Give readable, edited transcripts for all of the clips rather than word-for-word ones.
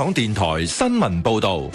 港電台新聞報道。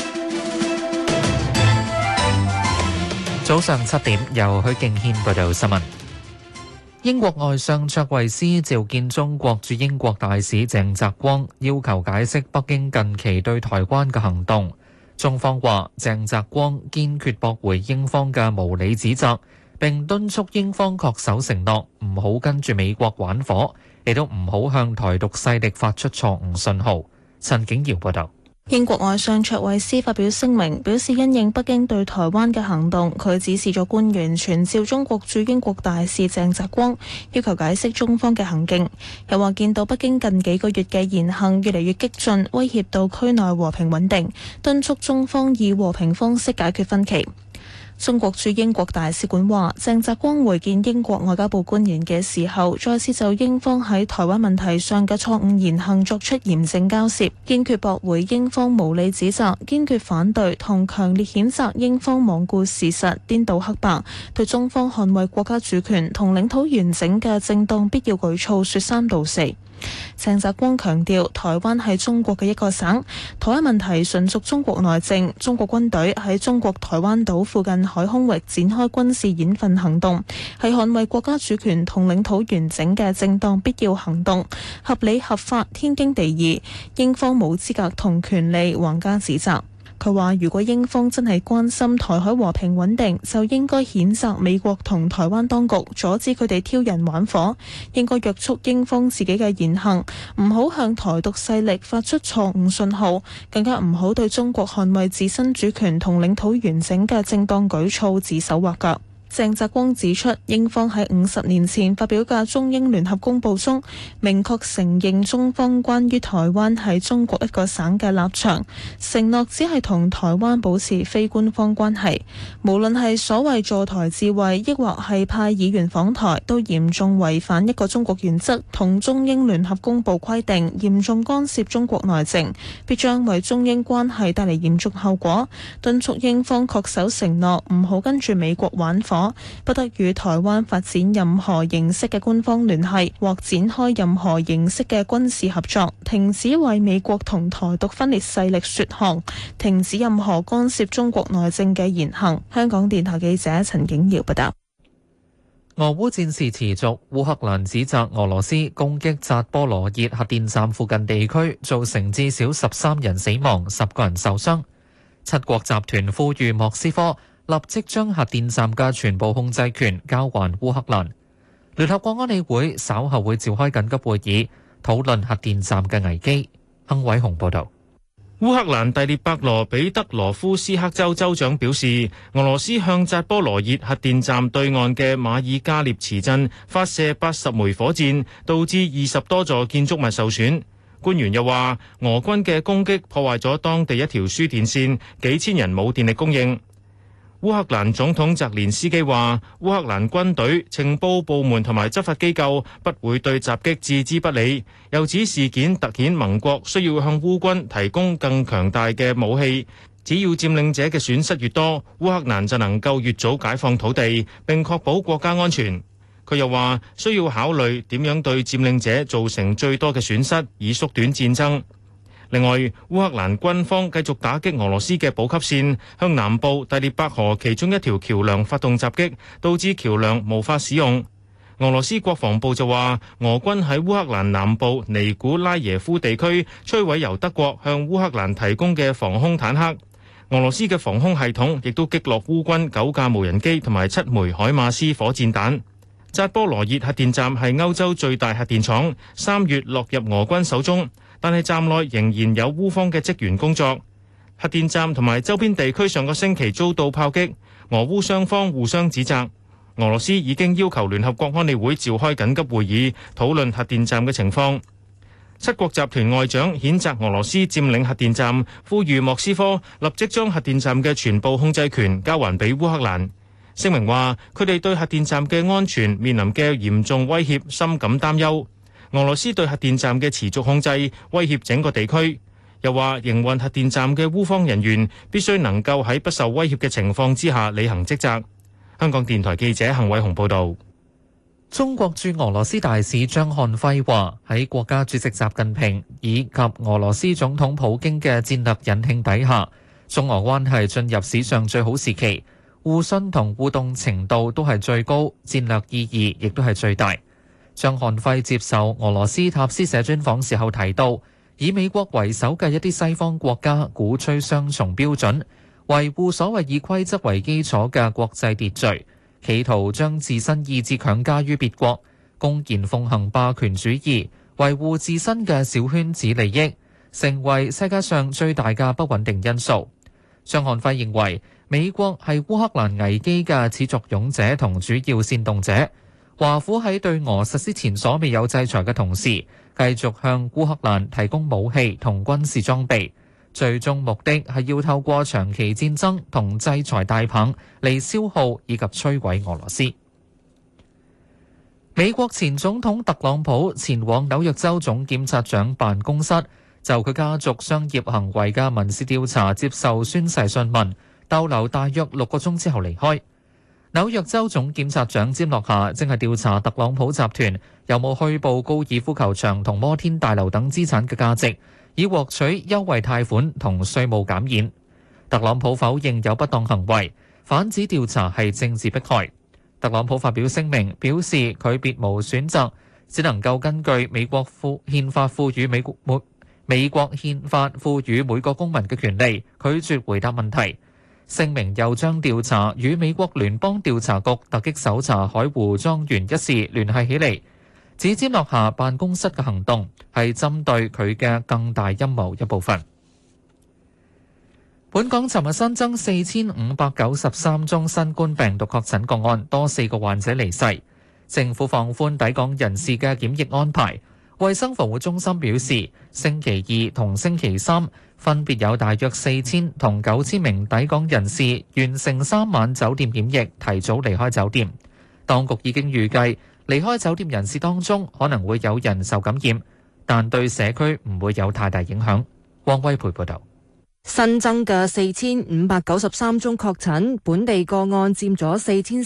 早上7點，由許敬軒報道新聞。英國外相卓慧斯召見中國駐英國大使鄭澤光，要求解釋北京近期對台灣嘅行動。中方話，鄭澤光堅決駁回英方嘅無理指責，並敦促英方恪守承諾，唔好跟住美國玩火，亦都唔好向台獨勢力發出錯誤信號。陳景堯報道。 英國外相卓慧斯發表聲明，表示因應北京對台灣嘅行動，佢指示咗官員傳召中國駐英國大使鄭澤光，要求解釋中方嘅行徑。又話見到北京近幾個月嘅言行越嚟越激進，威脅到區內和平穩定，敦促中方以和平方式解決分歧。中國駐英國大使館話，鄭澤光會見英國外交部官員嘅時候，再次就英方喺台灣問題上嘅錯誤言行作出嚴正交涉，堅決駁回英方無理指責，堅決反對同強烈譴責英方罔顧事實、顛倒黑白，對中方捍衛國家主權同領土完整嘅正當必要舉措說三道四。鄭澤光強調，台灣係中國嘅一個省，台灣問題純屬中國內政。中國軍隊喺中國台灣島附近海空域展開軍事演訓行動，係捍衛國家主權同領土完整嘅正當必要行動，合理合法，天經地義。英方冇資格同權利橫加指責。佢話：如果英方真係關心台海和平穩定，就應該譴責美國同台灣當局，阻止佢哋挑人玩火，應該約束英方自己嘅言行，唔好向台獨勢力發出錯誤信號，更加唔好對中國捍衛自身主權同領土完整嘅正當舉措指手畫腳。鄭澤光指出，英方喺50年前發表嘅中英聯合公報中，明確承認中方關於台灣係中國一個省嘅立場，承諾只係同台灣保持非官方關係。無論係所謂助台自衛，抑或係派議員訪台，都嚴重違反一個中國原則同中英聯合公報規定，嚴重干涉中國內政，必將為中英關係帶嚟嚴重後果。敦促英方恪守承諾，唔好跟住美國玩火，不得與台灣發展任何形式嘅官方聯繫，或展開任何形式嘅軍事合作，停止為美國同台獨分裂勢力說項，停止任何干涉中國內政嘅言行。香港電台記者陳景堯報道。 俄烏戰事持續，烏克蘭指責俄羅斯攻擊扎波羅熱核電站附近地區，造成至少13人死亡、10個人受傷。七國集團呼籲莫斯科立即將核電站嘅全部控制權交還烏克蘭。聯合國安理會稍後會召開緊急會議，討論核電站嘅危機。亨偉雄報導。 烏克蘭第聶伯羅彼得羅夫斯克州州長表示，俄羅斯向扎波羅熱核電站對岸嘅馬爾加列茨鎮發射80枚火箭，導致20多座建築物受損。官員又話，俄軍嘅攻擊破壞咗當地一條輸電線，幾千人冇電力供應。烏克蘭總統澤連斯基話，烏克蘭軍隊、情報部門同埋執法機構不會對襲擊置之不理，又指事件突顯盟國需要向烏軍提供更強大嘅武器，只要佔領者嘅損失越多，烏克蘭就能夠越早解放土地，並確保國家安全。佢又話，需要考慮點樣對佔領者造成最多嘅損失，以縮短戰爭。另外，烏克蘭軍方繼續打擊俄羅斯嘅補給線，向南部第聶伯河其中一條橋梁發動襲擊，導致橋梁無法使用。俄羅斯國防部就話，俄軍喺烏克蘭南部尼古拉耶夫地區摧毀由德國向烏克蘭提供嘅防空坦克。俄羅斯嘅防空系統亦都擊落烏軍9架無人機同埋7枚海馬斯火箭彈。扎波羅熱核電站係歐洲最大核電廠，3月落入俄軍手中。但係站內仍然有烏方嘅職員工作。核電站同埋周邊地區上個星期遭到炮擊，俄烏雙方互相指責。俄羅斯已經要求聯合國安理會召開緊急會議，討論核電站嘅情況。七國集團外長譴責俄羅斯佔領核電站，呼籲莫斯科立即將核電站嘅全部控制權交還俾烏克蘭。聲明話，佢哋對核電站嘅安全面臨嘅嚴重威脅深感擔憂。俄羅斯對核電站嘅持續控制威脅整個地區，又話營運核電站嘅烏方人員必須能夠喺不受威脅嘅情況之下履行職責。香港電台記者幸偉雄報導。 中國駐俄羅斯大使張漢輝話：喺國家主席習近平以及俄羅斯總統普京嘅戰略引領底下，中俄關係進入史上最好時期，互信同互動程度都係最高，戰略意義亦都係最大。張漢輝接受俄羅斯塔斯社專訪時候提到，以美國為首嘅一啲西方國家鼓吹雙重標準，維護所謂以規則為基礎嘅國際秩序，企圖將自身意志強加於別國，公然奉行霸權主義，維護自身嘅小圈子利益，成為世界上最大嘅不穩定因素。張漢輝認為，美國係烏克蘭危機嘅始作俑者同主要煽動者。華府喺對俄實施前所未有制裁嘅同時，繼續向烏克蘭提供武器同軍事裝備，最終目的係要透過長期戰爭同制裁大棒嚟消耗以及摧毀俄羅斯。美國前總統特朗普前往紐約州總檢察長辦公室，就佢家族商業行為嘅民事調查接受宣誓訊問，逗留大約6個鐘之後離開。紐約州總檢察長詹諾夏正係調查特朗普集團有冇虛報高爾夫球場同摩天大樓等資產嘅價值，以獲取優惠貸款同稅務減免。特朗普否認有不當行為，反指調查係政治迫害。特朗普發表聲明，表示佢別無選擇，只能夠根據美國憲法賦予美國憲法賦予每個公民嘅權利，拒絕回答問題。聲明又將調查與美國聯邦調查局突擊搜查海湖莊園一事聯繫起嚟，指詹諾夏辦公室嘅行動係針對佢嘅更大陰謀一部分。本港尋日新增4593宗新冠病毒確診個案，多4個患者離世。政府放寬抵港人士嘅檢疫安排。衛生防護中心表示，星期二同星期三分別有大約4000同9000名抵港人士完成3晚酒店檢疫，提早離開酒店。當局已經預計離開酒店人士當中可能會有人受感染，但對社區唔會有太大影響。汪威培報導。 新增嘅4593宗確診，本地個案佔咗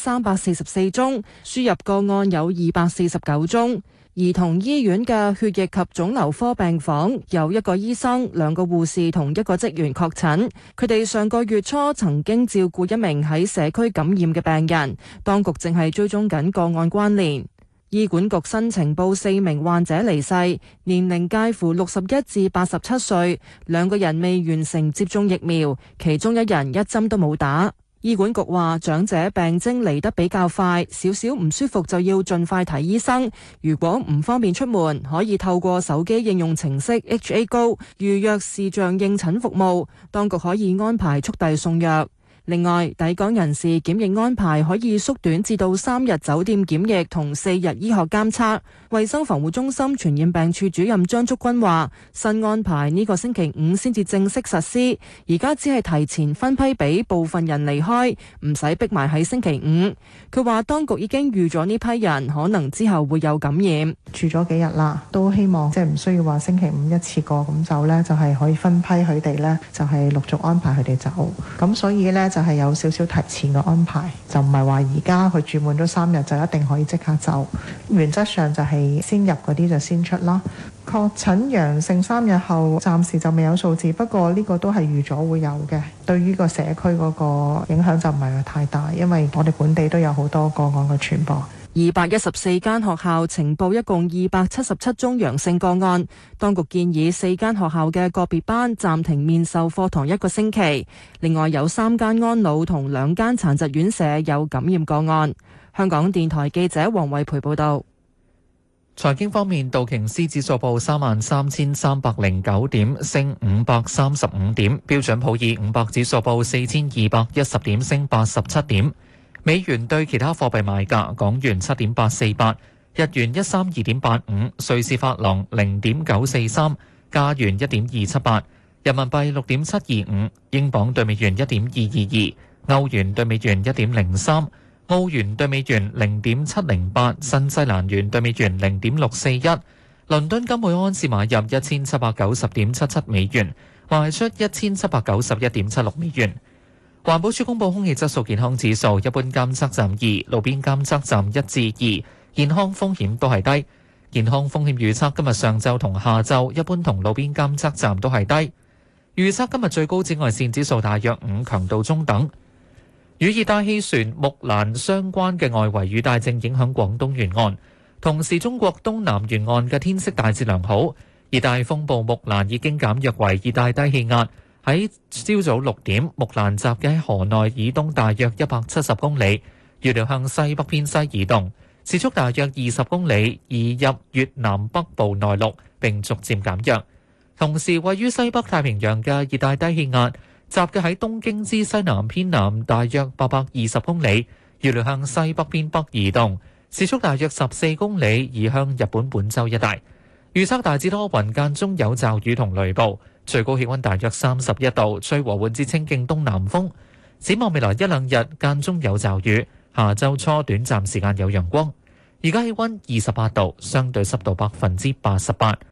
4344宗，輸入個案有249宗。兒童醫院嘅血液及腫瘤科病房有1個醫生、2個護士同1個職員確診，佢哋上個月初曾經照顧一名喺社區感染嘅病人，當局正係追蹤緊個案關聯。醫管局新呈報4名患者離世，年齡介乎61至87歲，2個人未完成接種疫苗，其中1人1針都冇打。醫管局話，長者病徵嚟得比較快，少少唔舒服就要盡快睇醫生。如果唔方便出門，可以透過手機應用程式 HA Go 預約視像應診服務，當局可以安排速遞送藥。另外，抵港人士檢疫安排可以縮短至到3日酒店檢疫同4日醫學監測。衛生防護中心傳染病處主任張竹君話，新安排呢個星期5先至正式實施，而家只係提前分批俾部分人離開，唔使逼埋喺星期5。佢話當局已經預咗呢批人可能之後會有感染， 住咗幾日啦，都希望即係唔需要話星期5一次過咁走呢，就係可以分批佢哋呢，就係陸續安排佢哋走。咁所以呢，就係有少少提前嘅安排，就唔係話而家佢住滿咗3日就一定可以即刻走。原則上就係先入嗰啲就先出啦。確診陽性3日後暫時就未有數字，不過呢個都係預咗會有嘅。對於個社區嗰個影響就唔係話太大，因為我哋本地都有好多個案嘅傳播。 214間學校呈報一共277宗陽性個案，當局建議4間學校嘅個別班暫停面授課堂1個星期。另外有3間安老同2間殘疾院舍有感染個案。香港電台記者黃慧培報道。 財經方面，道瓊斯指數報33,309點，升535點；標準普爾500指數報4,210點，升87點。美元對其他貨幣賣價：港元7.848，日元132.85，瑞士法郎0.943，加元1.278，人民幣6.725，英鎊對美元1.222，歐元對美元1.03，澳元對美元0.708，新西蘭元對美元0.641。倫敦金每盎司買入1790.77美元，賣出1791.76美元。環保署公布空氣質素健康指數，一般監測站2，路邊監測站1至2， 健康風險都係低。健康風險預測今日上晝同下晝一般同路邊監測站都係低。預測今日最高紫外線指數大約5，強度中等。與熱帶氣旋木蘭相關嘅外圍雨帶正影響廣東沿岸，同時中國東南沿岸嘅天色大致良好。熱帶風暴木蘭已經減弱為熱帶低氣壓，喺朝早6點，木蘭集結喺河內以東大約170公里，預料向西北偏西移動，時速大約20公里，移入越南北部內陸並逐漸減弱。同時，位於西北太平洋嘅熱帶低氣壓集結喺東京之西南偏南大約820公里，預料向西北偏北移動，時速大約14公里，移向日本本州一帶。預測大致多雲，間中有驟雨同雷暴，最高氣溫大約31度，吹和緩至清勁東南風。展望未來一兩日，間中有驟雨，下週初短暫時間有陽光。而家氣溫28度，相對濕度88%。